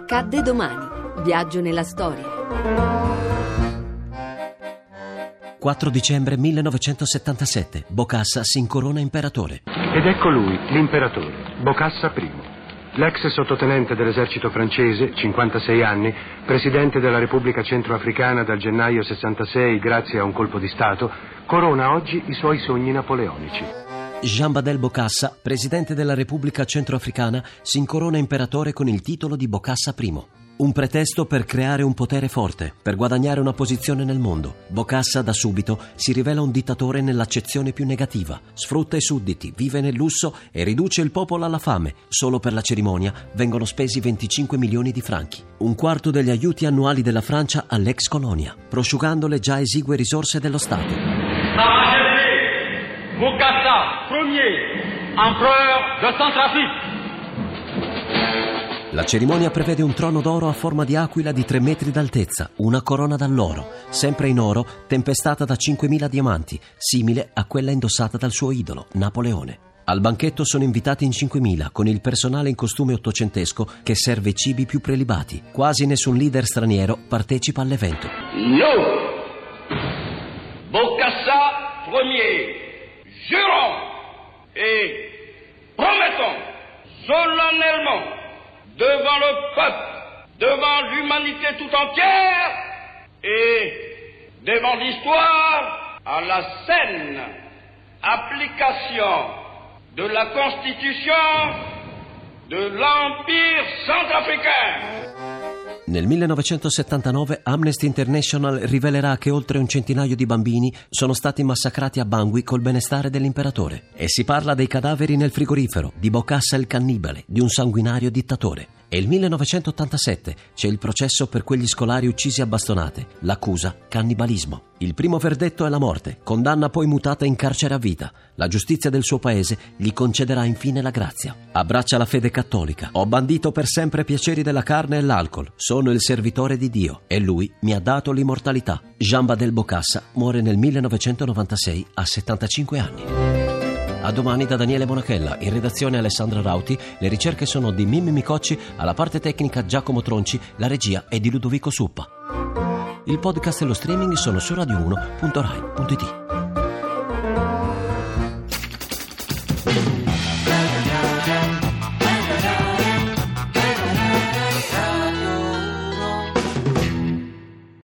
Accadde domani. Viaggio nella storia. 4 dicembre 1977. Bokassa si incorona imperatore. Ed ecco lui, l'imperatore, Bokassa I. L'ex sottotenente dell'esercito francese, 56 anni, presidente della Repubblica Centroafricana dal gennaio 66 grazie a un colpo di Stato, corona oggi i suoi sogni napoleonici. Jean Badel Bokassa, presidente della Repubblica Centroafricana, si incorona imperatore con il titolo di Bokassa I. Un pretesto per creare un potere forte, per guadagnare una posizione nel mondo. Bokassa da subito si rivela un dittatore nell'accezione più negativa. Sfrutta i sudditi, vive nel lusso e riduce il popolo alla fame. Solo per la cerimonia vengono spesi 25 milioni di franchi, un quarto degli aiuti annuali della Francia all'ex colonia, prosciugando le già esigue risorse dello Stato. Sa Majesté, Bokassa I, empereur de Centrafrique. La cerimonia prevede un trono d'oro a forma di aquila di 3 metri d'altezza, una corona d'alloro, sempre in oro, tempestata da 5.000 diamanti, simile a quella indossata dal suo idolo, Napoleone. Al banchetto sono invitati in 5.000, con il personale in costume ottocentesco che serve i cibi più prelibati. Quasi nessun leader straniero partecipa all'evento. Nous, Bokassa I, jurons et promettons solennellement devant le peuple, devant l'humanité tout entière et devant l'histoire, à la saine application de la Constitution de l'Empire centrafricain. Nel 1979 Amnesty International rivelerà che oltre un centinaio di bambini sono stati massacrati a Bangui col benestare dell'imperatore. E si parla dei cadaveri nel frigorifero, di Bokassa il cannibale, di un sanguinario dittatore. E il 1987 c'è il processo per quegli scolari uccisi a bastonate, l'accusa cannibalismo. Il primo verdetto è la morte, condanna poi mutata in carcere a vita. La giustizia del suo paese gli concederà infine la grazia. Abbraccia la fede cattolica. Ho bandito per sempre piaceri della carne e l'alcol. Sono il servitore di Dio e lui mi ha dato l'immortalità. Jean Badel Bokassa muore nel 1996 a 75 anni. A domani da Daniele Bonachella, in redazione Alessandra Rauti, le ricerche sono di Mimmi Micocci, alla parte tecnica Giacomo Tronci, la regia è di Ludovico Suppa. Il podcast e lo streaming sono su radio1.rai.it.